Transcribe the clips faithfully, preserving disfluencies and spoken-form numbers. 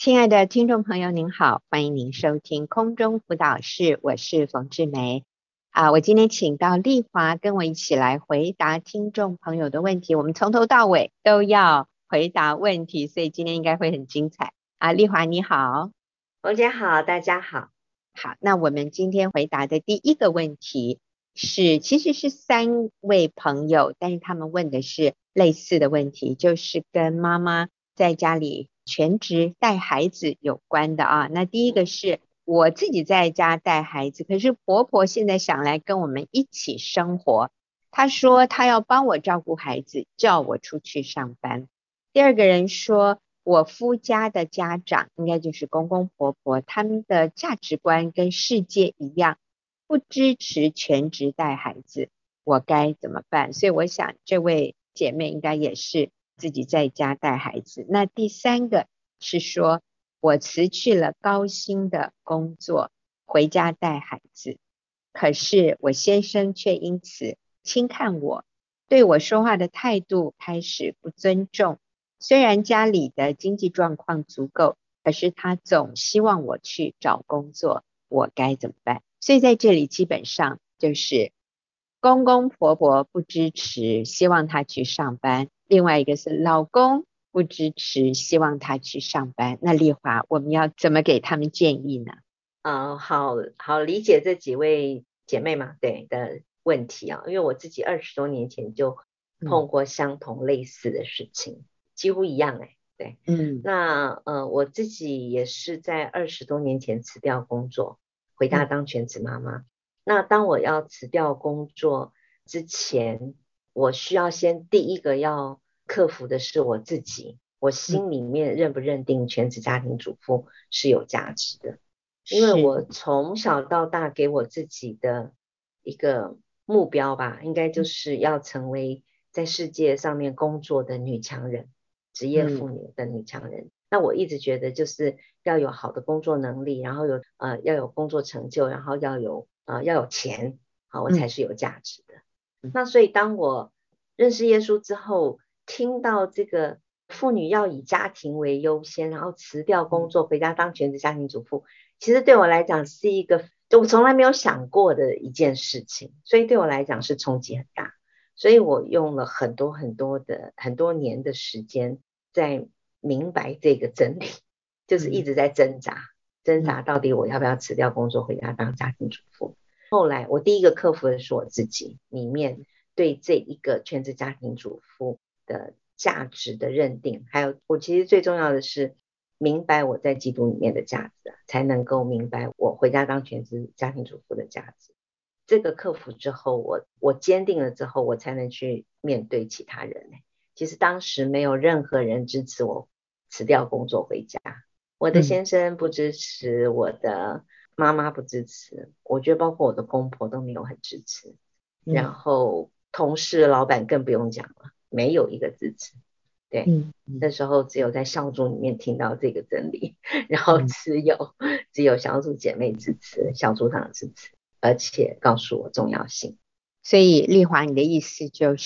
亲爱的听众朋友您好，欢迎您收听空中辅导室，我是冯志梅啊。我今天请到丽华跟我一起来回答听众朋友的问题，我们从头到尾都要回答问题，所以今天应该会很精彩啊。丽华你好。 冯姐好，大家好。 好，那我们今天回答的第一个问题是，其实是三位朋友，但是他们问的是类似的问题，就是跟妈妈在家里全职带孩子有关的啊。那第一个是我自己在家带孩子，可是婆婆现在想来跟我们一起生活，她说她要帮我照顾孩子，叫我出去上班。第二个人说我夫家的家长应该就是公公婆婆，他们的价值观跟世界一样，不支持全职带孩子，我该怎么办？所以我想这位姐妹应该也是自己在家带孩子。那第三个是说我辞去了高薪的工作，回家带孩子，可是我先生却因此轻看我，对我说话的态度开始不尊重。虽然家里的经济状况足够，可是他总希望我去找工作，我该怎么办？所以在这里基本上就是公公婆婆不支持，希望他去上班；另外一个是老公不支持，希望他去上班。那丽华，我们要怎么给他们建议呢？ 呃，好好理解这几位姐妹嘛，对的问题啊，因为我自己二十多年前就嗯碰过相同类似的事情，几乎一样哎，对。 嗯那呃，我自己也是在二十多年前辞掉工作，回家嗯当全职妈妈。那当我要辞掉工作之前，我需要先第一个要克服的是我自己，我嗯， 心里面认不认定全职家庭主妇是有价值的。因为是， 我从小到大给我自己的一个目标吧，应该就嗯是要成为在世界上面工作的女强人，职业嗯妇女的女强人。那我一直觉得就是要有好的工作能力，然后有呃要有工作成就，然后要有呃要有钱，好，我嗯才是有价值的。 嗯那所以当我认识耶稣之后，听到这个妇女要以家庭为优先，然后辞掉工嗯作，回家当全职家庭主妇，其实对我来讲是一个我从来没有想过的一件事情，所以对我来讲是冲击很大。所以我用了很多很多的很多年的时间在明白这个真理，就是一嗯直在挣扎，挣嗯扎到底我要不要辞掉工作回家当家庭主妇。后来我第一个克服的是我自己里面对这一个全职家庭主妇的价值的认定，还有我其实最重要的是明白我在基督里面的价值，才能够明白我回家当全职家庭主妇的价值。这个克服之后，我我坚定了之后，我才能去面对其他人。其实当时没有任何人支持我辞掉工作回家，我的嗯先生不支持，我的妈妈不支持，我觉得包括我的公婆都没有很支持，然嗯后同事、老板更不用讲了，没有一个支持。对， 嗯嗯那时候只有在小组里面听到这个真理，然后嗯。 只有只有小组姐妹支持，小组长支持，而且告诉我重要性。 所以丽华，你的意思就是，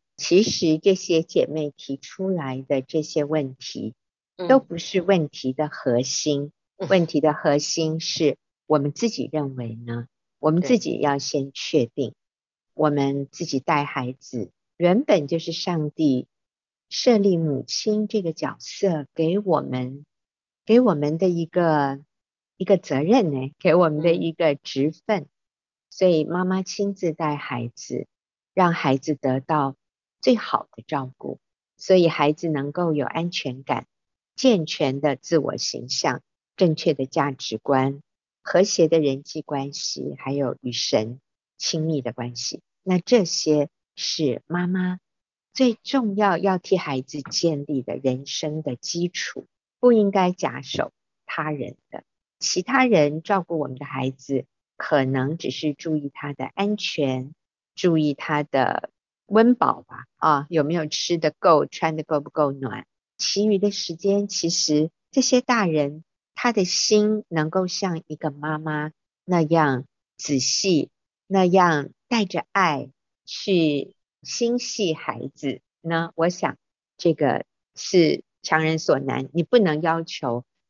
其实这些姐妹提出来的这些问题，都嗯不是问题的核心。 嗯， 问题的核心是我们自己认为呢，我们自对， 己要先确定，我们自己带孩子，原本就是上帝设立母亲这个角色给我们，给我们的一个一个责任呢，给我们的嗯一个职分。所以妈妈亲自带孩子，让孩子得到最好的照顾，所以孩子能够有安全感、健全的自我形象、正确的价值观、和谐的人际关系，还有与神亲密的关系。那这些是妈妈最重要要替孩子建立的人生的基础，不应该假手他人的。其他人照顾我们的孩子，可能只是注意他的安全，注意他的温饱吧，啊，有没有吃得够，穿得够不够暖。其余的时间，其实这些大人，他的心能够像一个妈妈那样仔细，那样带着爱去心系孩子呢，我想这个是强人所难，你不能要求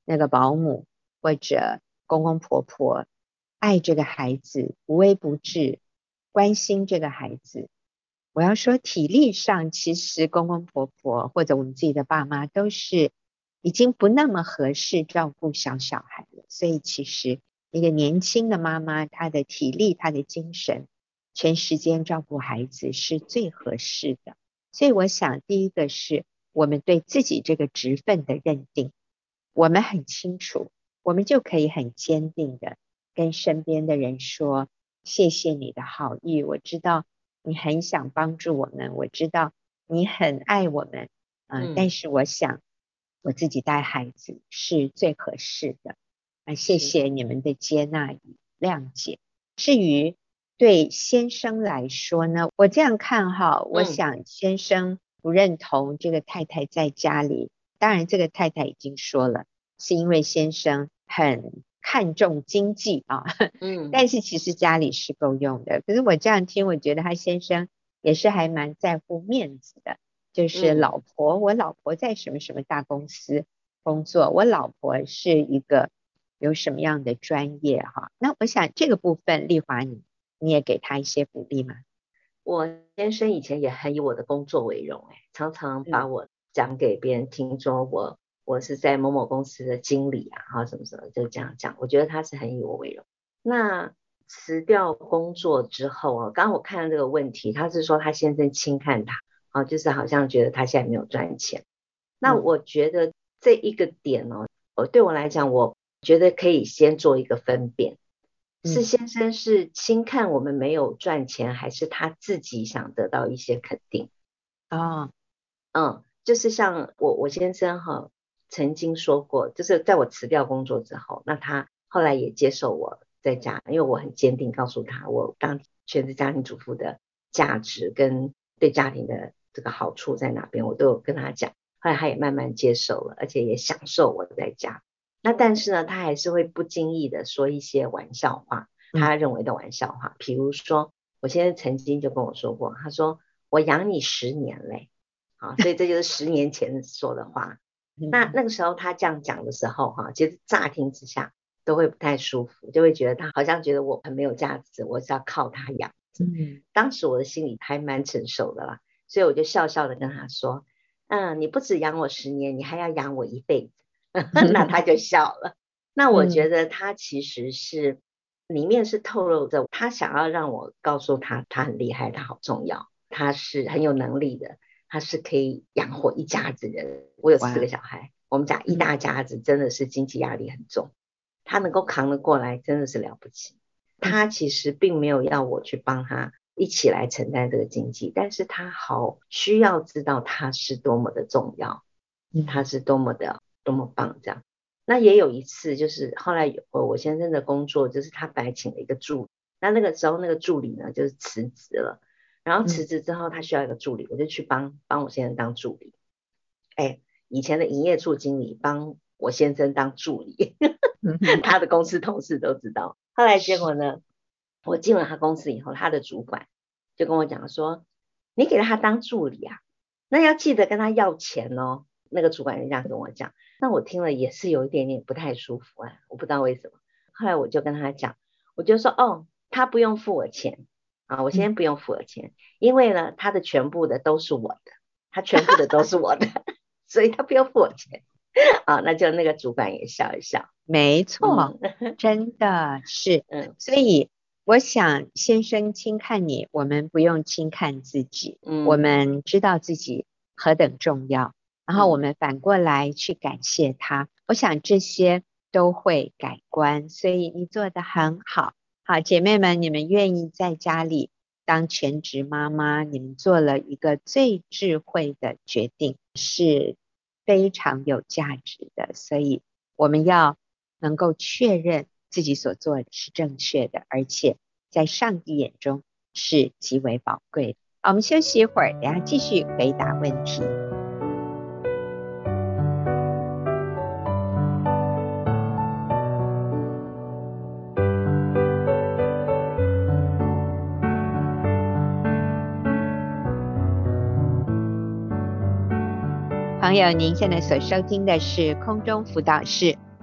那个保姆或者公公婆婆爱这个孩子，无微不至，关心这个孩子。我要说体力上，其实公公婆婆或者我们自己的爸妈都是已经不那么合适照顾小小孩了，所以其实一个年轻的妈妈，她的体力她的精神全时间照顾孩子是最合适的。所以我想第一个是我们对自己这个职分的认定，我们很清楚，我们就可以很坚定的跟身边的人说，谢谢你的好意，我知道你很想帮助我们，我知道你很爱我们，呃、 嗯， 但是我想我自己带孩子是最合适的，呃、谢谢你们的接纳与谅解。至于对先生来说呢，我这样看哈，我想先生不认同这个太太在家里，当然这个太太已经说了，是因为先生很看重经济啊， 嗯， 但是其实家里是够用的。可是我这样听，我觉得他先生也是还蛮在乎面子的，就是老婆，我老婆在什么什么大公司工作，我老婆是一个有什么样的专业哈。那我想这个部分，丽华你你也给他一些鼓励吗？ 我先生以前也很以我的工作为荣，哎，常常把我讲给别人听，说我我是在某某公司的经理啊，哈，什么什么，就这样讲。我觉得他是很以我为荣。那辞掉工作之后啊，刚刚我看到这个问题，他是说他先生轻看他，啊，就是好像觉得他现在没有赚钱。那我觉得这一个点哦，对我来讲，我觉得可以先做一个分辨。是先生是轻看我们没有赚钱，还是他自己想得到一些肯定？ 哦， 嗯，就是像我我先生哈曾经说过，就是在我辞掉工作之后，那他后来也接受我在家，因为我很坚定告诉他我当全职家庭主妇的价值跟对家庭的这个好处在哪边，我都有跟他讲。后来他也慢慢接受了，而且也享受我在家。那但是呢，他还是会不经意的说一些玩笑话，他认为的玩笑话。比如说，我先生曾经就跟我说过，他说我养你十年嘞，好，所以这就是十年前说的话。那那个时候他这样讲的时候，哈，其实乍听之下都会不太舒服，就会觉得他好像觉得我很没有价值，我是要靠他养。嗯，当时我的心里还蛮成熟的啦，所以我就笑笑的跟他说，嗯，你不只养我十年，你还要养我一辈子。那他就笑了。那我觉得他其实是里面是透露着他想要让我告诉他，他很厉害，他好重要，他是很有能力的，他是可以养活一家子人。我有四个小孩，我们家一大家子真的是经济压力很重，他能够扛得过来，真的是了不起。他其实并没有要我去帮他一起来承担这个经济，但是他好需要知道他是多么的重要，他是多么的多么棒这样。那也有一次就是后来有我先生的工作，就是他本来请了一个助理，那那个时候那个助理呢就是辞职了，然后辞职之后他需要一个助理，我就去帮帮我先生当助理。哎，以前的营业处经理帮我先生当助理他的公司同事都知道。后来结果呢，我进了他公司以后，他的主管就跟我讲说，你给他当助理啊，那要记得跟他要钱哦。那个主管就这样跟我讲，那我听了也是有一点点不太舒服啊，我不知道为什么。后来我就跟他讲，我就说哦，他不用付我钱啊，我先不用付我钱，因为呢，他的全部的都是我的，他全部的都是我的，所以他不用付我钱啊。那就那个主管也笑一笑， 没错，嗯、真的是，嗯，所以我想先生轻看你，我们不用轻看自己，嗯，我们知道自己何等重要，然后我们反过来去感谢他，我想这些都会改观，所以你做得很好。好，姐妹们，你们愿意在家里当全职妈妈，你们做了一个最智慧的决定，是非常有价值的，所以我们要能够确认自己所做的是正确的，而且在上帝眼中是极为宝贵的。好，我们休息一会儿，等一下继续回答问题。朋友，您现在所收听的是空中辅导室，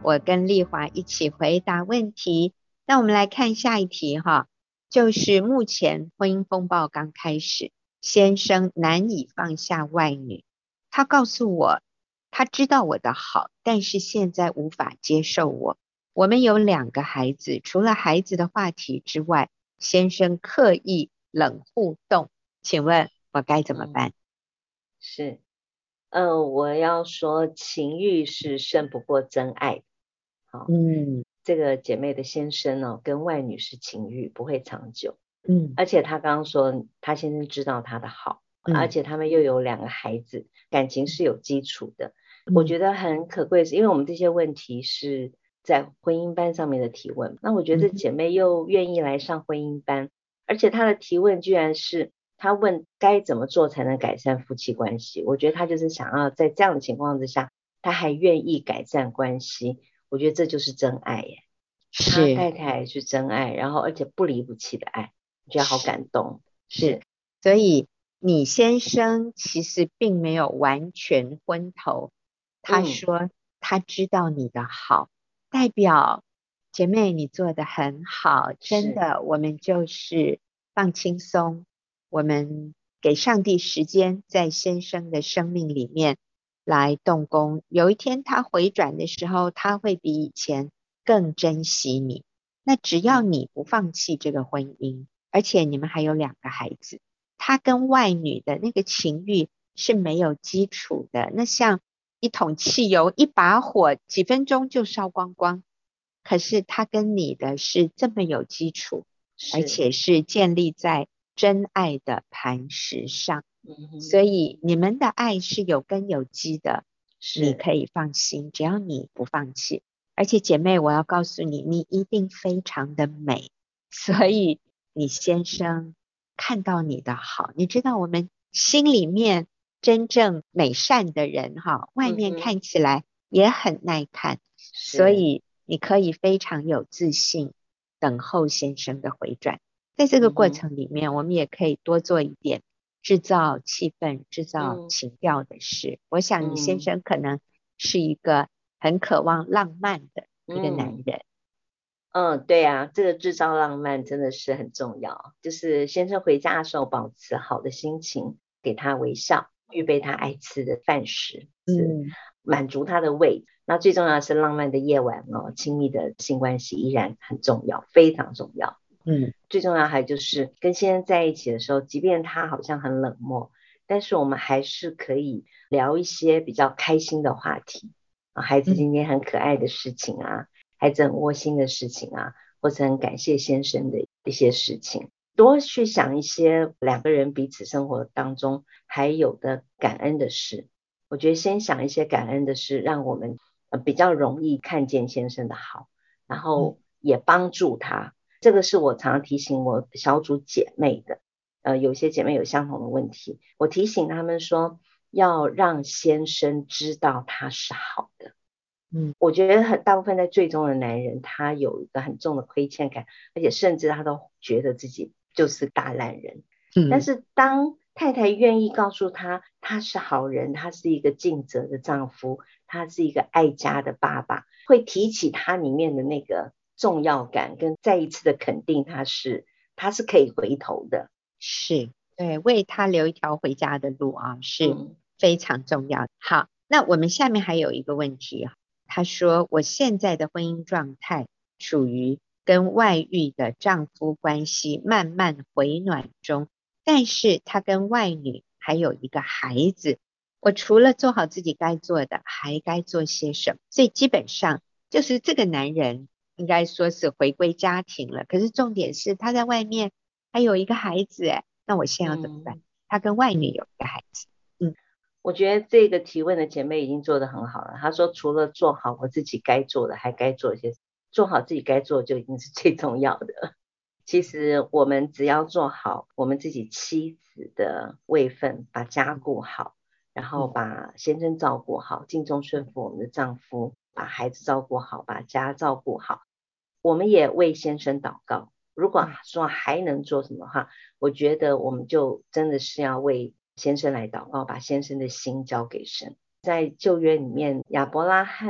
我跟丽华一起回答问题。那我们来看下一题哈，就是目前婚姻风暴刚开始，先生难以放下外女，他告诉我他知道我的好，但是现在无法接受我。我们有两个孩子，除了孩子的话题之外，先生刻意冷互动，请问我该怎么办？ 嗯、是呃，我要说情欲是胜不过真爱。好， 嗯这个姐妹的先生哦，跟外女是情欲不会长久， 嗯而且他刚刚说他先生知道他的好，而嗯且他们又有两个孩子，感情是有基础的。我嗯觉得很可贵，是因为我们这些问题是在婚姻班上面的提问，那我觉得嗯姐妹又愿意来上婚姻班，而且她的提问居然是她问该怎么做才能改善夫妻关系，我觉得她就是想要在这样的情况之下，她还愿意改善关系，我觉得这就是真爱耶。他是太太是真爱，然后而且不离不弃的爱，我觉得好感动。 是， 是， 所以你先生其实并没有完全昏头，他嗯， 说他知道你的好，代表姐妹你做得很好，真是， 的，我们就是放轻松，我们给上帝时间在先生的生命里面来动工，有一天他回转的时候，他会比以前更珍惜你。那只要嗯， 你不放弃这个婚姻，而且你们还有两个孩子，他跟外女的那个情欲是没有基础的，那像一桶汽油一把火几分钟就烧光光，可是他跟你的是这么有基础，而是， 且是建立在真爱的磐石上， 嗯哼， 所以你们的爱是有根有基的，你是， 可以放心，只要你不放弃。而且姐妹，我要告诉你，你一定非常的美，所以你先生看到你的好，你知道我们心里面真正美善的人哈，外面嗯哼， 看起来也很耐看，所是， 以你可以非常有自信等候先生的回转。在这个过嗯哼， 程里面，我们也可以多做一点制造气氛、制造嗯情调的事。我想你先嗯生可能是一个很渴望浪漫的一个男嗯。 人。 嗯，对啊，这个制造浪漫真的是很重要。就是先生回家的时候，保持好的心情，给他微笑，预备他爱吃的饭食， 嗯满足他的胃。那最重要的是浪漫的夜晚哦，亲密的性关系依然很重要，非常重要。 嗯最重要还就是跟先生在一起的时候，即便他好像很冷漠，但是我们还是可以聊一些比较开心的话题啊，孩子嗯今天很可爱的事情啊，孩子很窝心的事情啊，或者很感谢先生的一些事情，多去想一些两个人彼此生活当中还有的感恩的事。我觉得先想一些感恩的事，让我们呃比较容易看见先生的好，然嗯后也帮助他。这个是我常常提醒我小组姐妹的，呃，有些姐妹有相同的问题，我提醒她们说，要让先生知道他是好的。 嗯我觉得很大部分在最终的男人，他有一个很重的亏欠感，而且甚至他都觉得自己就是大烂人。但嗯， 是当太太愿意告诉他，他是好人，他是一个尽责的丈夫，他是一个爱家的爸爸，会提起他里面的那个重要感，跟再一次的肯定他是他是可以回头的。 是，对，为他留一条回家的路啊，是嗯非常重要的。好，那我们下面还有一个问题啊，他说我现在的婚姻状态处于跟外遇的丈夫关系慢慢回暖中，但是他跟外女还有一个孩子，我除了做好自己该做的，还该做些什么？所以基本上就是这个男人应该说是回归家庭了，可是重点是他在外面还有一个孩子，哎，那我现在要怎么办？ 嗯。 他跟外女有一个孩子，嗯我觉得这个提问的姐妹已经做得很好了。她说，除了做好我自己该做的，还该做一些，做好自己该做就已经是最重要的。其实我们只要做好我们自己妻子的位分，把家顾好，然后嗯把先生照顾好，敬重顺嗯服我们的丈夫，把孩子照顾好，把家照顾好。我们也为先生祷告。如果嗯说还能做什么的话，我觉得我们就真的是要为先生来祷告，把先生的心交给神。在旧约里面，亚伯拉罕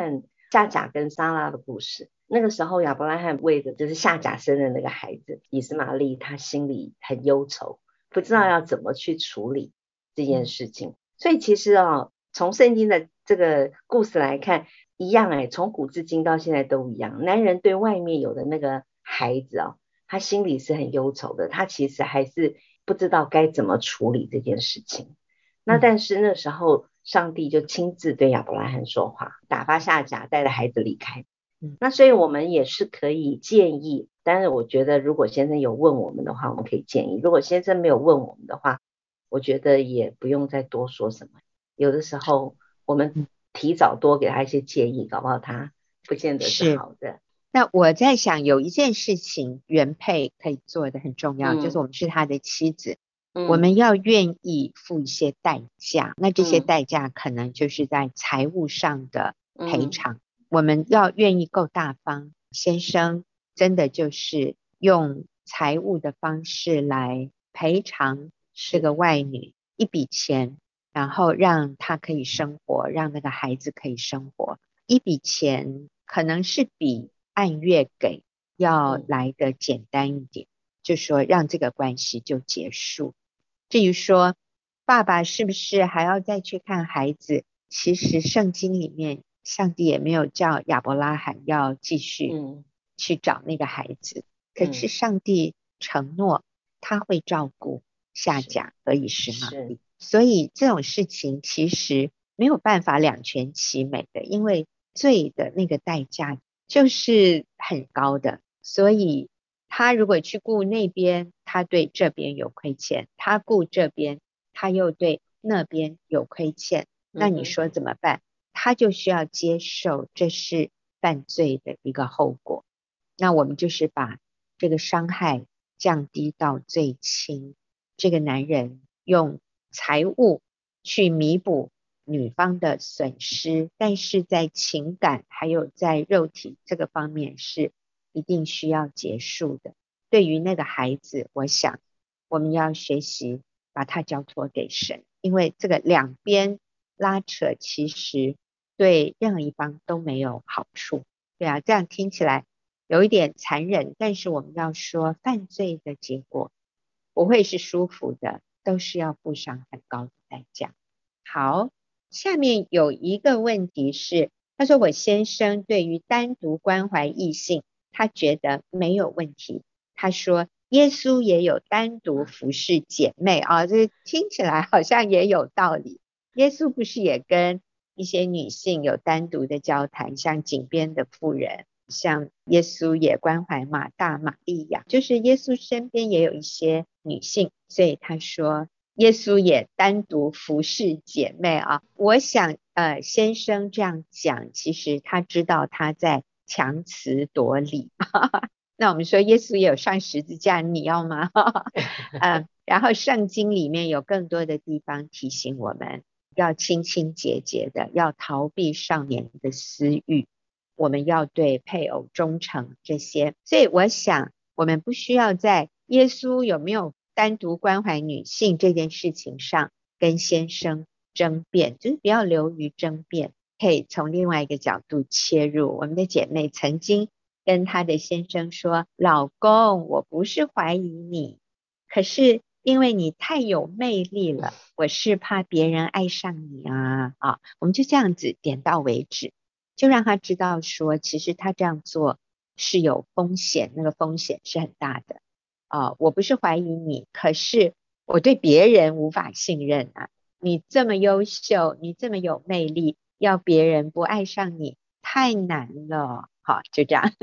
夏甲跟撒拉的故事。那个时候亚伯拉罕为的就是夏甲生的那个孩子以斯玛利，他心里很忧愁，不知道要怎么去处理这件事情。所以其实哦，从圣经的这个故事来看，一样哎，从古至今到现在都一样。男人对外面有的那个孩子哦，他心里是很忧愁的，他其实还是不知道该怎么处理这件事情。那但是那时候上帝就亲自对亚伯拉罕说话，打发夏甲带着孩子离开。那所以我们也是可以建议，但是我觉得如果先生有问我们的话，我们可以建议；如果先生没有问我们的话，我觉得也不用再多说什么。有的时候我们提早多给他一些建议，搞不好他不见得是好的。 那我在想，有一件事情原配可以做的很重要，嗯、就是我们是他的妻子、嗯，我们要愿意付一些代价。那这些代价可能就是在财务上的赔偿。嗯，我们要愿意够大方，先生真的就是用财务的方式来赔偿这个外女一笔钱，然后让她可以生活，让那个孩子可以生活。一笔钱可能是比按月给要来的简单一点，嗯，就说让这个关系就结束。至于说爸爸是不是还要再去看孩子，其实圣经里面上帝也没有叫亚伯拉罕要继续去找那个孩子，嗯，可是上帝承诺他会照顾夏甲和以实玛利，所以这种事情其实没有办法两全其美的，因为罪的那个代价就是很高的，所以他如果去顾那边，他对这边有亏欠，他顾这边他又对那边有亏欠，那你说怎么办？他就需要接受这是犯罪的一个后果。那我们就是把这个伤害降低到最轻，这个男人用财物去弥补女方的损失，但是在情感还有在肉体这个方面是一定需要结束的。对于那个孩子，我想我们要学习把他交托给神，因为这个两边拉扯其实对任何一方都没有好处。对啊，这样听起来有一点残忍，但是我们要说犯罪的结果不会是舒服的，都是要付上很高的代价。好，下面有一个问题是，他说我先生对于单独关怀异性他觉得没有问题，他说耶稣也有单独服侍姐妹啊，这听起来好像也有道理。耶稣不是也跟一些女性有单独的交谈，像井边的妇人，像耶稣也关怀马大玛利亚，就是耶稣身边也有一些女性，所以他说耶稣也单独服侍姐妹啊。我想呃，先生这样讲，其实他知道他在强词夺理那我们说耶稣也有上十字架，你要吗？呃、然后圣经里面有更多的地方提醒我们要清清洁洁的，要逃避少年的私欲，我们要对配偶忠诚，这些。所以我想我们不需要在耶稣有没有单独关怀女性这件事情上跟先生争辩，就是不要流于争辩，可以从另外一个角度切入。我们的姐妹曾经跟她的先生说，老公，我不是怀疑你，可是因为你太有魅力了，我是怕别人爱上你啊啊！我们就这样子点到为止，就让他知道说其实他这样做是有风险，那个风险是很大的啊！我不是怀疑你，可是我对别人无法信任啊！你这么优秀，你这么有魅力，要别人不爱上你太难了。好，就这样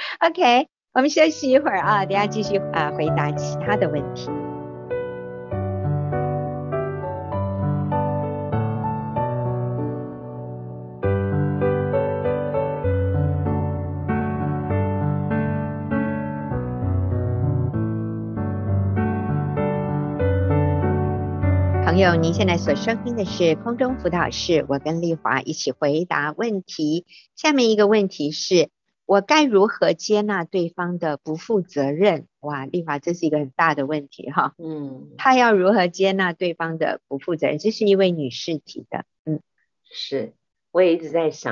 OK， 我们休息一会儿啊，等一下继续啊回答其他的问题。朋友，您现在所收听的是空中辅导室，我跟丽华一起回答问题。下面一个问题是，我该如何接纳对方的不负责任？哇，丽华，这是一个很大的问题哈。嗯，他要如何接纳对方的不负责任？这是一位女士提的。嗯， 是，我也一直在想，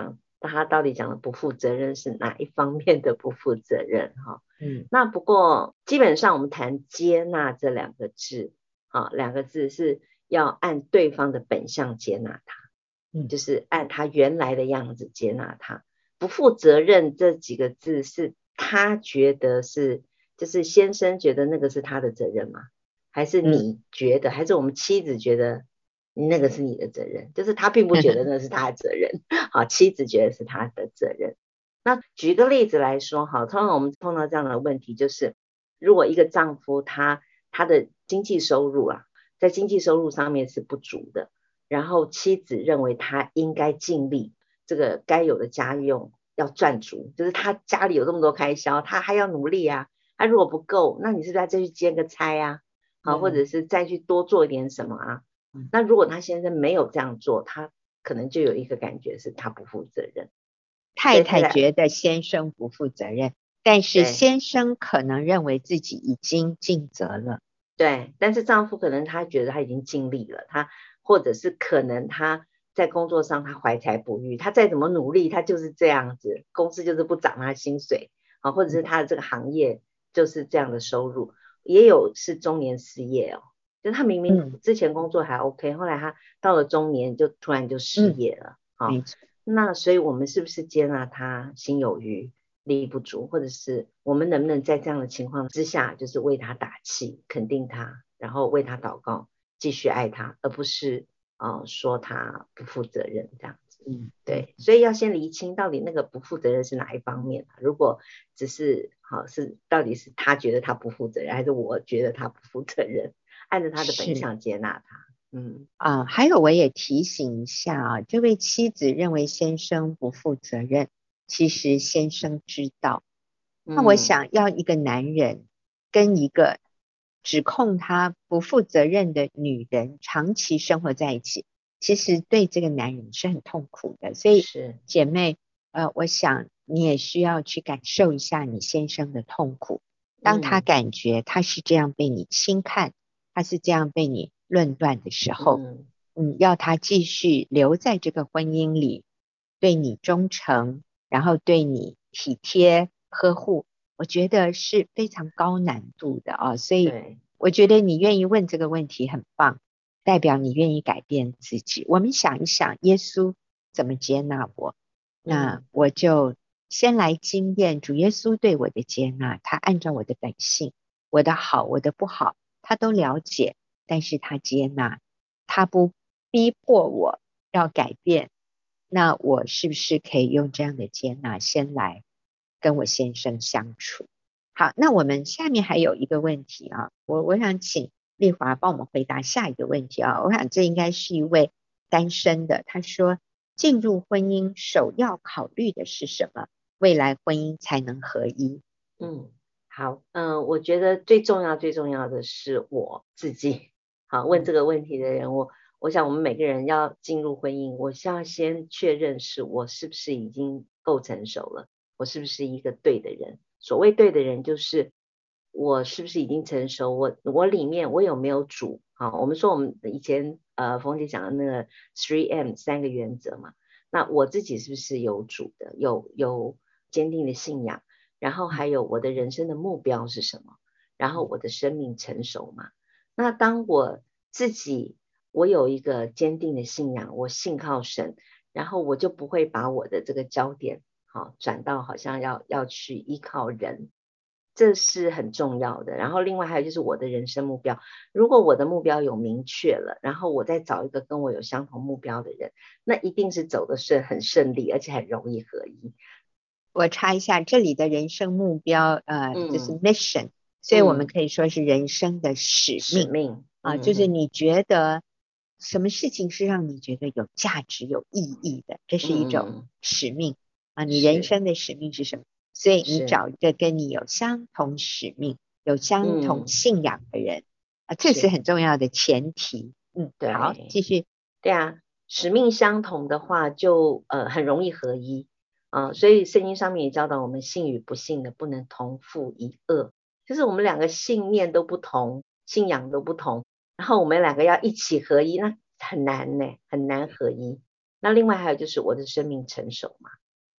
他到底讲的不负责任是哪一方面的不负责任哈？ 嗯， 那不过基本上我们谈接纳这两个字，啊，两个字是要按对方的本相接纳他， 嗯， 就是按他原来的样子接纳他。不负责任这几个字是他觉得是，就是先生觉得那个是他的责任吗？还是你觉得，还是我们妻子觉得那个是你的责任？就是他并不觉得那是他的责任，好，妻子觉得是他的责任。那举个例子来说，好，通常我们碰到这样的问题，就是如果一个丈夫他他的经济收入啊，在经济收入上面是不足的，然后妻子认为他应该尽力，这个该有的家用要赚足，就是他家里有这么多开销，他还要努力啊。他如果不够，那你是不是要再去兼个差啊？好，或者是再去多做一点什么啊？ 嗯， 那如果他先生没有这样做，他可能就有一个感觉是他不负责任。 太太觉得先生不负责任，但是对先生可能认为自己已经尽责了。 对，但是丈夫可能他觉得他已经尽力了，他或者是可能他在工作上他怀才不遇，他再怎么努力，他就是这样子，公司就是不涨他薪水啊，或者是他的这个行业就是这样的收入，也有是中年失业哦，就他明明之前工作还 OK，、嗯、后来他到了中年就突然就失业了， 嗯，没错。 那所以我们是不是接纳他心有余力不足，或者是我们能不能在这样的情况之下，就是为他打气，肯定他，然后为他祷告，继续爱他，而不是呃说他不负责任这样子。 嗯， 对，所以要先厘清到底那个不负责任是哪一方面、啊、如果只是好是到底是他觉得他不负责任，还是我觉得他不负责任，按照他的本相接纳他。嗯啊，还有我也提醒一下啊，这位妻子认为先生不负责任，其实先生知道。那我想要一个男人跟一个指控他不负责任的女人长期生活在一起，其实对这个男人是很痛苦的。所以是姐妹，呃，我想你也需要去感受一下你先生的痛苦。当他感觉他是这样被你轻看，他是这样被你论断的时候， 嗯嗯，要他继续留在这个婚姻里，对你忠诚，然后对你体贴呵护，我觉得是非常高难度的啊。所以对我觉得你愿意问这个问题很棒，代表你愿意改变自己。我们想一想，耶稣怎么接纳我，那我就先来经验主耶稣对我的接纳，他按照我的本性，我的好，我的不好，他都了解，但是他接纳，他不逼迫我要改变。那我是不是可以用这样的接纳先来跟我先生相处？好，那我们下面还有一个问题啊，我我想请丽华帮我们回答下一个问题啊。我想这应该是一位单身的，他说进入婚姻首要考虑的是什么？未来婚姻才能合一。 嗯，好，嗯、呃，我觉得最重要最重要的是我自己。好，问这个问题的人，我我想我们每个人要进入婚姻，我是要先确认是我是不是已经够成熟了，我是不是一个对的人。所谓对的人，就是我是不是已经成熟，我我里面我有没有主。好，我们说我们以前呃冯姐讲的那个 three M 三个原则嘛，那我自己是不是有主的，有有坚定的信仰，然后还有我的人生的目标是什么，然后我的生命成熟嘛。那当我自己我有一个坚定的信仰，我信靠神，然后我就不会把我的这个焦点好转到好像要要去依靠人，这是很重要的。然后另外还有就是我的人生目标，如果我的目标有明确了，然后我再找一个跟我有相同目标的人，那一定是走的顺很顺利，而且很容易合一。 我查一下这里的人生目标，呃， 嗯， 就是 mission，所以我们可以说是人生的使命。 使命啊， 嗯就是你觉得什么事情是让你觉得有价值、有意义的，这是一种嗯使命啊。你人生的使命是什么？所以你找一个跟你有相同使命、有相同嗯信仰的人啊，这是是很重要的前提。嗯，好， 对继续。 对啊，使命相同的话就呃很容易合一啊、呃所以圣经上面也教导我们信与不信的不能同负一恶，就是我们两个信念都不同，信仰都不同，然后我们两个要一起合一，那很难呢，很难合一。那另外还有就是我的生命成熟嘛，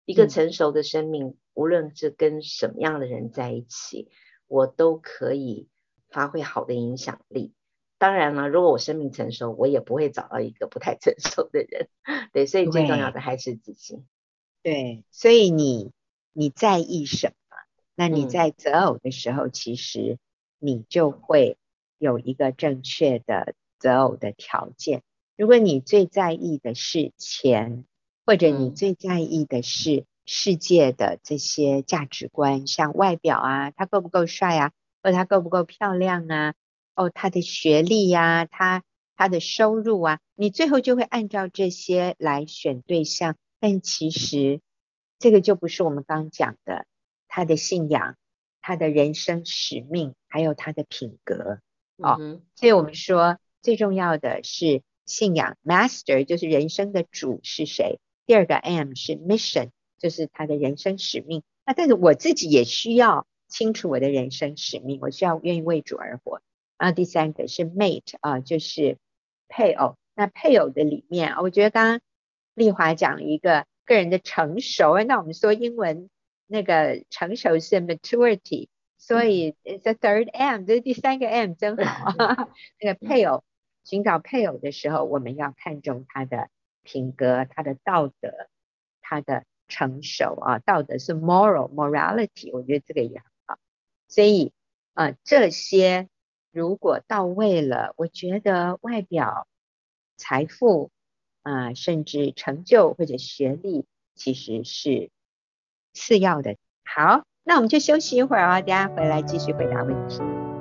一个成熟的生命，无论是跟什么样的人在一起，我都可以发挥好的影响力。当然了，如果我生命成熟，我也不会找到一个不太成熟的人。对，所以最重要的还是自己。 对，所以你你在意什么？那你嗯在择偶的时候，其实你就会有一个正确的择偶的条件。如果你最在意的是钱，或者你嗯最在意的是世界的这些价值观，像外表啊，他够不够帅啊，或者他够不够漂亮啊，哦，他的学历呀、他他的收入啊，你最后就会按照这些来选对象。但其实这个就不是我们刚讲的他的信仰、他的人生使命，还有他的品格哦。 嗯哼所以我们说最重要的是信仰 ，Master 就是人生的主是谁？第二个 M 是 Mission，就是他的人生使命。那但是我自己也需要清楚我的人生使命，我需要愿意为主而活。然后第三个是 Mate 啊，就是配偶。那配偶的里面，我觉得刚刚丽华讲了一个个人的成熟，那我们说英文那个成熟是 maturity，所以 it's the third M， 这是第三个 M， 真好。那个配偶，寻找配偶的时候，我们要看重他的品格、他的道德、他的成熟啊，道德是 moral morality， 我觉得这个也很好。所以呃，这些如果到位了，我觉得外表、财富啊、呃甚至成就或者学历，其实是次要的。好，那我们就休息一会儿啊，等下回来继续回答问题。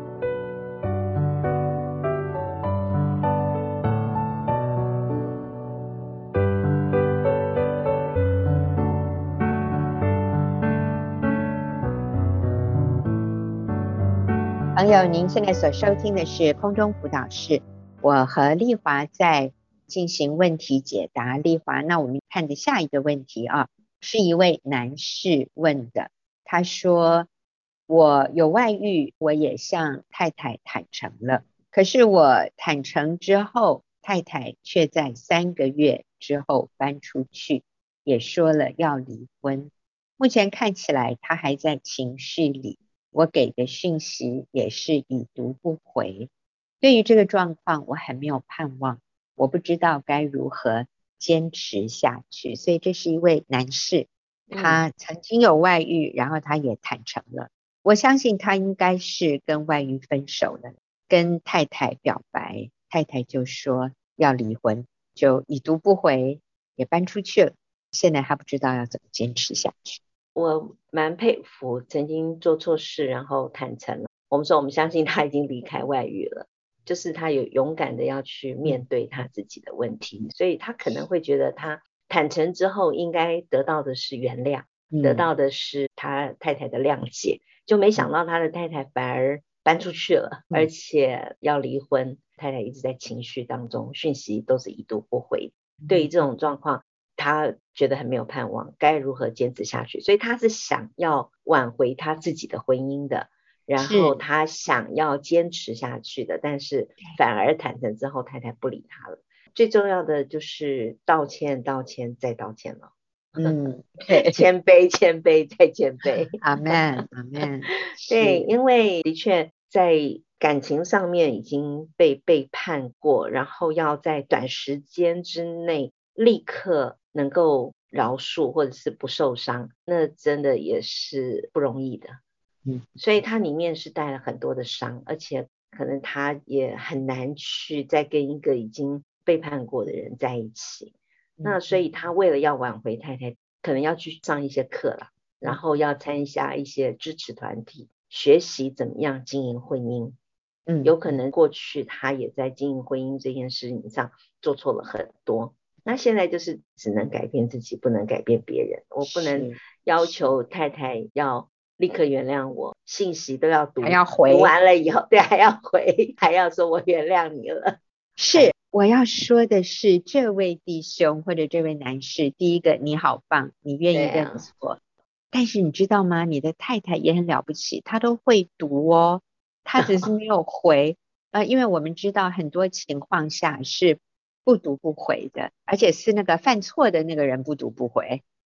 朋友，您现在所收听的是空中辅导室，我和丽华在进行问题解答。丽华，那我们看的下一个问题啊，是一位男士问的，他说我有外遇，我也向太太坦诚了，可是我坦诚之后，太太却在三个月之后搬出去，也说了要离婚。目前看起来他还在情绪里，我给的讯息也是已读不回。对于这个状况，我很没有盼望，我不知道该如何坚持下去。所以这是一位男士，他曾经有外遇，然后他也坦诚了。我相信他应该是跟外遇分手了，跟太太表白，太太就说要离婚，就已读不回，也搬出去了。现在他不知道要怎么坚持下去。 我蛮佩服曾经做错事然后坦诚了。我们说我们相信他已经离开外遇了，就是他有勇敢的要去面对他自己的问题，所以他可能会觉得他坦诚之后应该得到的是原谅，得到的是他太太的谅解，就没想到他的太太反而搬出去了，而且要离婚，太太一直在情绪当中，讯息都是已读不回。对于这种状况，他觉得很没有盼望，该如何坚持下去？所以他是想要挽回他自己的婚姻的，然后他想要坚持下去的，但是反而坦诚之后，太太不理他了。最重要的就是道歉，道歉再道歉了。 嗯，对， 谦卑，谦卑再谦卑。 阿们，阿们。 对，因为的确在感情上面已经被背叛过，然后要在短时间之内立刻能够饶恕或者是不受伤，那真的也是不容易的。 嗯， 所以它里面是带了很多的伤，而且可能他也很难去再跟一个已经背叛过的人在一起。那所以他为了要挽回太太，可能要去上一些课了，然后要参加一些支持团体，学习怎么样经营婚姻。嗯，有可能过去他也在经营婚姻这件事情上做错了很多，那现在就是只能改变自己，不能改变别人。我不能要求太太要立刻原谅我，信息都要读， 还要回， 读完了以后，对，还要回，还要说我原谅你了。 是，我要说的是，这位弟兄或者这位男士，第一个你好棒，你愿意认错，啊、但是你知道吗？你的太太也很了不起，她都会读哦，她只是没有回。呃，因为我们知道很多情况下是不读不回的，而且是那个犯错的那个人不读不回。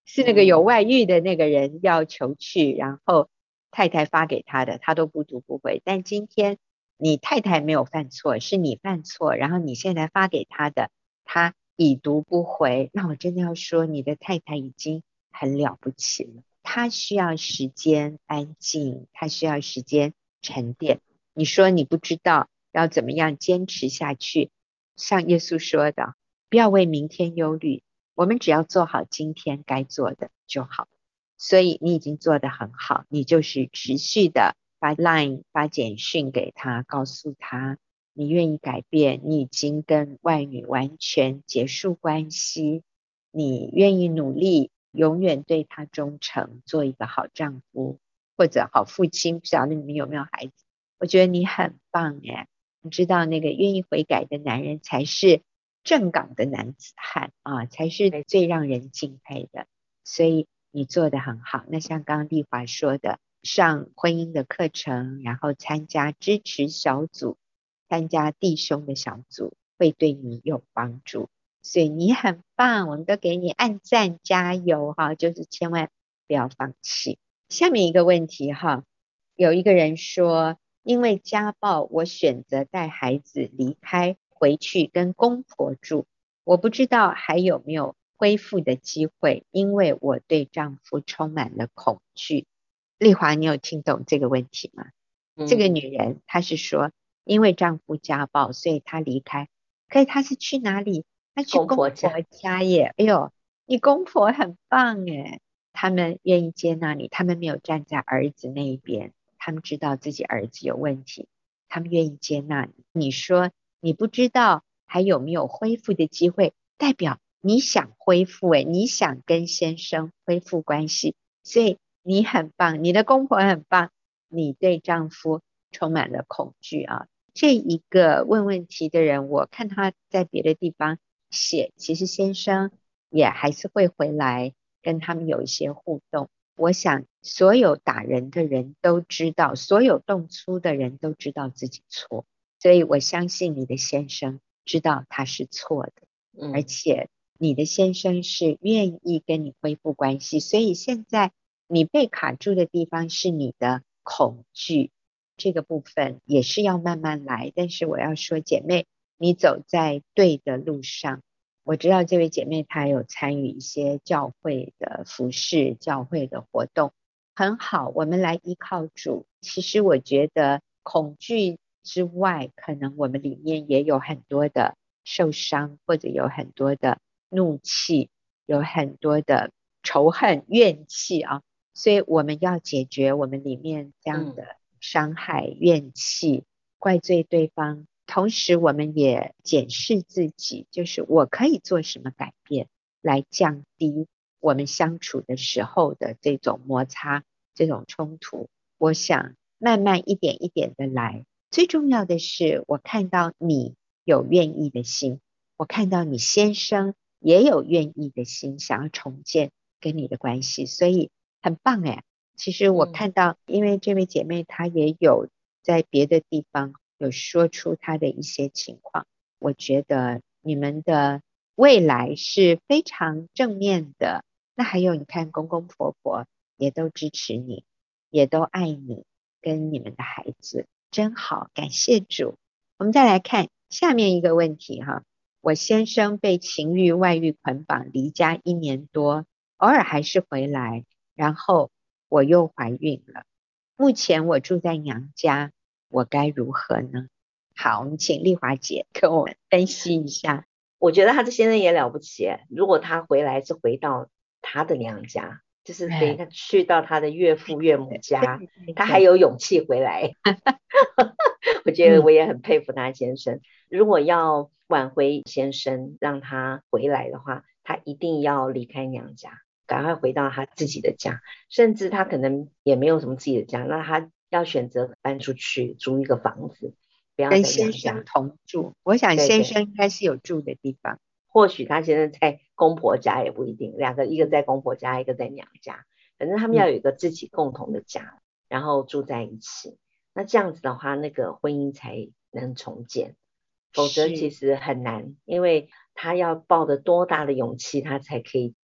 是那个有外遇的那个人要求去，然后太太发给他的，他都不读不回。但今天你太太没有犯错，是你犯错，然后你现在发给他的，他已读不回，那我真的要说，你的太太已经很了不起了。她需要时间安静，她需要时间沉淀。你说你不知道要怎么样坚持下去，像耶稣说的，不要为明天忧虑，我们只要做好今天该做的就好。所以你已经做得很好，你就是持续的发 Line 发简讯给他，告诉他你愿意改变，你已经跟外女完全结束关系，你愿意努力永远对他忠诚，做一个好丈夫或者好父亲，不晓得你们有没有孩子。我觉得你很棒耶，你知道那个愿意悔改的男人才是正港的男子汉啊，才是最让人敬佩的。所以你做得很好。那像刚刚丽华说的，上婚姻的课程，然后参加支持小组，参加弟兄的小组，会对你有帮助。所以你很棒，我们都给你按赞加油哈，就是千万不要放弃。下面一个问题哈，有一个人说，因为家暴，我选择带孩子离开，回去跟公婆住，我不知道还有没有恢复的机会，因为我对丈夫充满了恐惧。丽华，你有听懂这个问题吗？嗯、这个女人她是说，因为丈夫家暴，所以她离开，可是她是去哪里？她去公婆家耶。哎呦，你公婆很棒耶，他们愿意接纳你，他们没有站在儿子那一边，他们知道自己儿子有问题，他们愿意接纳你。你说你不知道还有没有恢复的机会，代表你想恢复，诶，你想跟先生恢复关系，所以你很棒，你的公婆很棒，你对丈夫充满了恐惧啊。这一个问问题的人，我看他在别的地方写，其实先生也还是会回来跟他们有一些互动。我想所有打人的人都知道，所有动粗的人都知道自己错，所以我相信你的先生知道他是错的，嗯、而且你的先生是愿意跟你恢复关系，所以现在你被卡住的地方是你的恐惧，这个部分也是要慢慢来。但是我要说，姐妹，你走在对的路上。我知道这位姐妹她有参与一些教会的服事，教会的活动，很好，我们来依靠主。其实我觉得恐惧之外，可能我们里面也有很多的受伤，或者有很多的怒气，有很多的仇恨怨气啊，所以我们要解决我们里面这样的伤害、怨气，怪罪对方。同时我们也检视自己，就是我可以做什么改变来降低我们相处的时候的这种摩擦、这种冲突。我想慢慢一点一点的来，最重要的是我看到你有愿意的心，我看到你先生也有愿意的心，想要重建跟你的关系，所以很棒耶。其实我看到，因为这位姐妹她也有在别的地方有说出她的一些情况，我觉得你们的未来是非常正面的。那还有你看公公婆婆也都支持你，也都爱你跟你们的孩子，真好，感谢主。我们再来看下面一个问题哈，我先生被情欲外遇捆绑离家一年多，偶尔还是回来，然后我又怀孕了，目前我住在娘家，我该如何呢？好，我们请丽华姐跟我们分析一下。 我觉得他这先生也了不起，如果他回来是回到他的娘家，就是等于他去到他的岳父岳母家，他还有勇气回来。我觉得我也很佩服他先生。如果要挽回先生让他回来的话，他一定要离开娘家，赶快回到他自己的家，甚至他可能也没有什么自己的家，那他要选择搬出去租一个房子，不要在娘家跟先生同住。我想先生应该是有住的地方， 或许他现在在公婆家也不一定，两个一个在公婆家，一个在娘家，反正他们要有一个自己共同的家，嗯、然后住在一起。那这样子的话，那个婚姻才能重建，否则其实很难，因为他要抱着多大的勇气，他才可以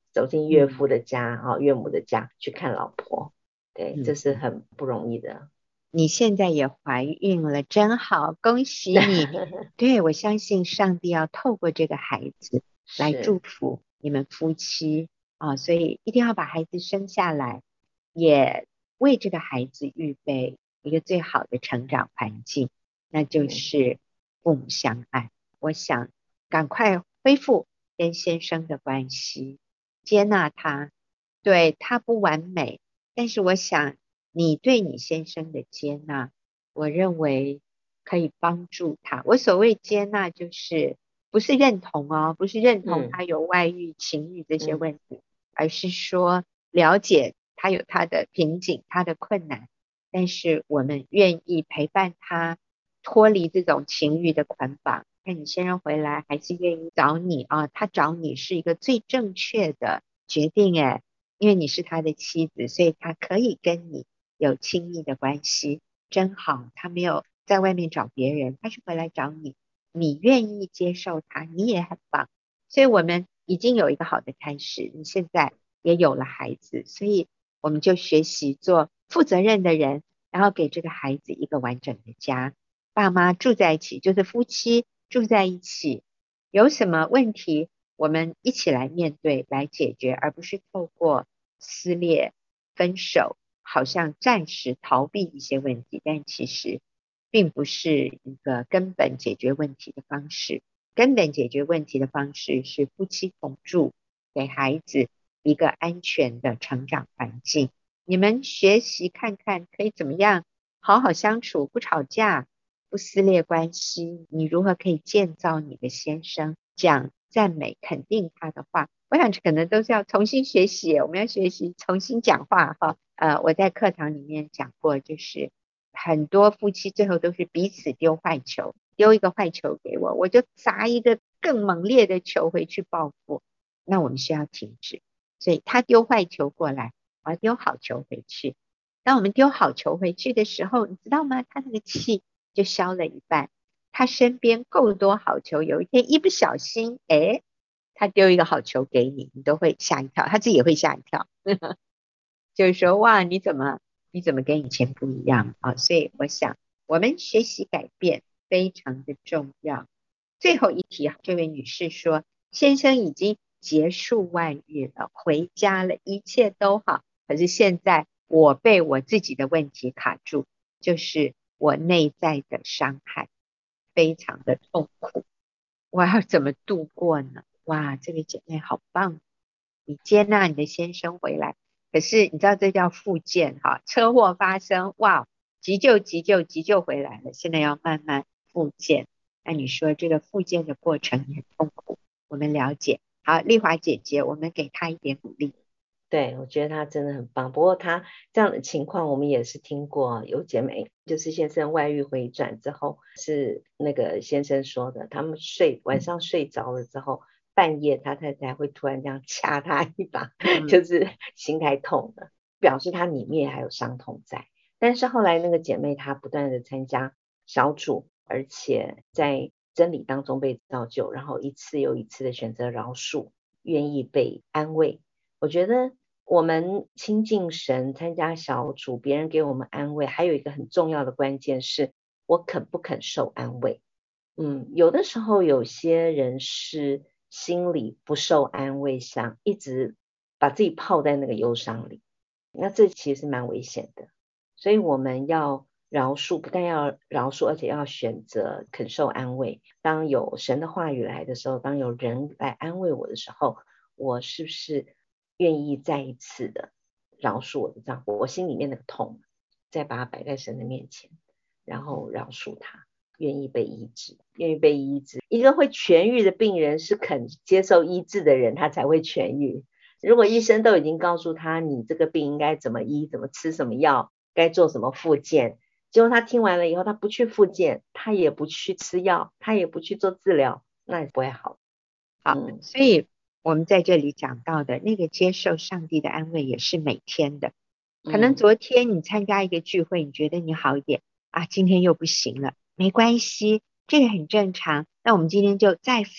走进岳父的家啊、嗯、岳母的家去看老婆，对，这是很不容易的。 你现在也怀孕了，真好，恭喜你。对，我相信上帝要透过这个孩子来祝福你们夫妻啊，所以一定要把孩子生下来，也为这个孩子预备一个最好的成长环境，那就是父母相爱。我想赶快恢复跟先生的关系，接纳他，对，他不完美，但是我想你对你先生的接纳，我认为可以帮助他。我所谓接纳就是不是认同哦，不是认同他有外遇、情欲这些问题，嗯、而是说了解他有他的瓶颈、他的困难，但是我们愿意陪伴他脱离这种情欲的捆绑。看你先生回来还是愿意找你啊，他找你是一个最正确的决定诶，因为你是他的妻子，所以他可以跟你有亲密的关系，真好。他没有在外面找别人，他是回来找你，你愿意接受他，你也很棒。所以我们已经有一个好的开始，你现在也有了孩子，所以我们就学习做负责任的人，然后给这个孩子一个完整的家。爸妈住在一起，就是夫妻住在一起，有什么问题我们一起来面对来解决，而不是透过撕裂分手好像暂时逃避一些问题，但其实并不是一个根本解决问题的方式。根本解决问题的方式是夫妻同住，给孩子一个安全的成长环境。你们学习看看可以怎么样好好相处，不吵架，不撕裂关系，你如何可以建造你的先生，讲赞美肯定他的话。我想可能都是要重新学习，我们要学习重新讲话哈。呃，我在课堂里面讲过，就是很多夫妻最后都是彼此丢坏球，丢一个坏球给我，我就砸一个更猛烈的球回去报复。那我们需要停止，所以他丢坏球过来，我要丢好球回去。当我们丢好球回去的时候，你知道吗？他那个气就消了一半。他身边够多好球，有一天一不小心，哎，他丢一个好球给你，你都会吓一跳，他自己也会吓一跳。就是说，哇，你怎么你怎么跟以前不一样啊？所以我想，我们学习改变非常的重要。最后一题，这位女士说，先生已经结束外遇了，回家了，一切都好，可是现在我被我自己的问题卡住，就是我内在的伤害非常的痛苦，我要怎么度过呢？哇，这位姐妹好棒，你接纳你的先生回来，可是你知道这叫复健哈，车祸发生，哇，急救急救急救回来了，现在要慢慢复健。那你说这个复健的过程也很痛苦，我们了解。好，丽华姐姐，我们给她一点鼓励。 对，我觉得她真的很棒。不过她这样的情况，我们也是听过，有姐妹就是先生外遇回转之后，是那个先生说的，他们睡晚上睡着了之后，半夜他太太会突然这样掐他一把，嗯、就是心太痛了，表示他里面还有伤痛在。但是后来那个姐妹她不断的参加小组，而且在真理当中被造就，然后一次又一次的选择饶恕，愿意被安慰。我觉得我们亲近神，参加小组，别人给我们安慰，还有一个很重要的关键是我肯不肯受安慰。嗯，有的时候有些人是心里不受安慰，想一直把自己泡在那个忧伤里，那这其实蛮危险的。所以我们要饶恕，不但要饶恕，而且要选择肯受安慰。当有神的话语来的时候，当有人来安慰我的时候，我是不是愿意再一次的饶恕我的丈夫，我心里面那个痛，再把它摆在神的面前，然后饶恕他，愿意被医治，愿意被医治。一个会痊愈的病人是肯接受医治的人，他才会痊愈。如果医生都已经告诉他你这个病应该怎么医，怎么吃什么药，该做什么复健，结果他听完了以后，他不去复健，他也不去吃药，他也不去做治疗，那也不会好。 好，嗯、所以我们在这里讲到的那个接受上帝的安慰也是每天的。可能昨天你参加一个聚会，你觉得你好一点啊，今天又不行了，没关系，这个很正常。那我们今天就再服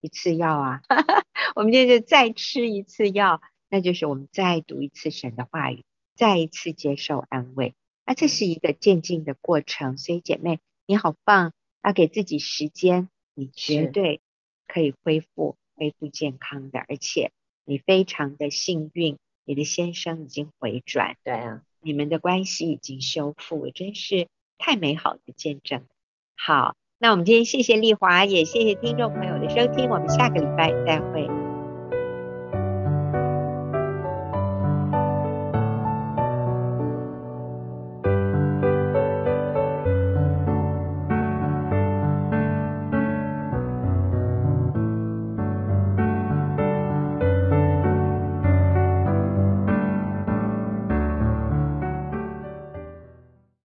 一次药啊，我们就是再吃一次药，那就是我们再读一次神的话语，再一次接受安慰。那这是一个渐进的过程，所以姐妹你好棒，要给自己时间，你绝对可以恢复恢复健康的，而且你非常的幸运，你的先生已经回转， 对啊， 你们的关系已经修复，真是太美好的见证。好，那我们今天谢谢丽华，也谢谢听众朋友的收听，我们下个礼拜再会。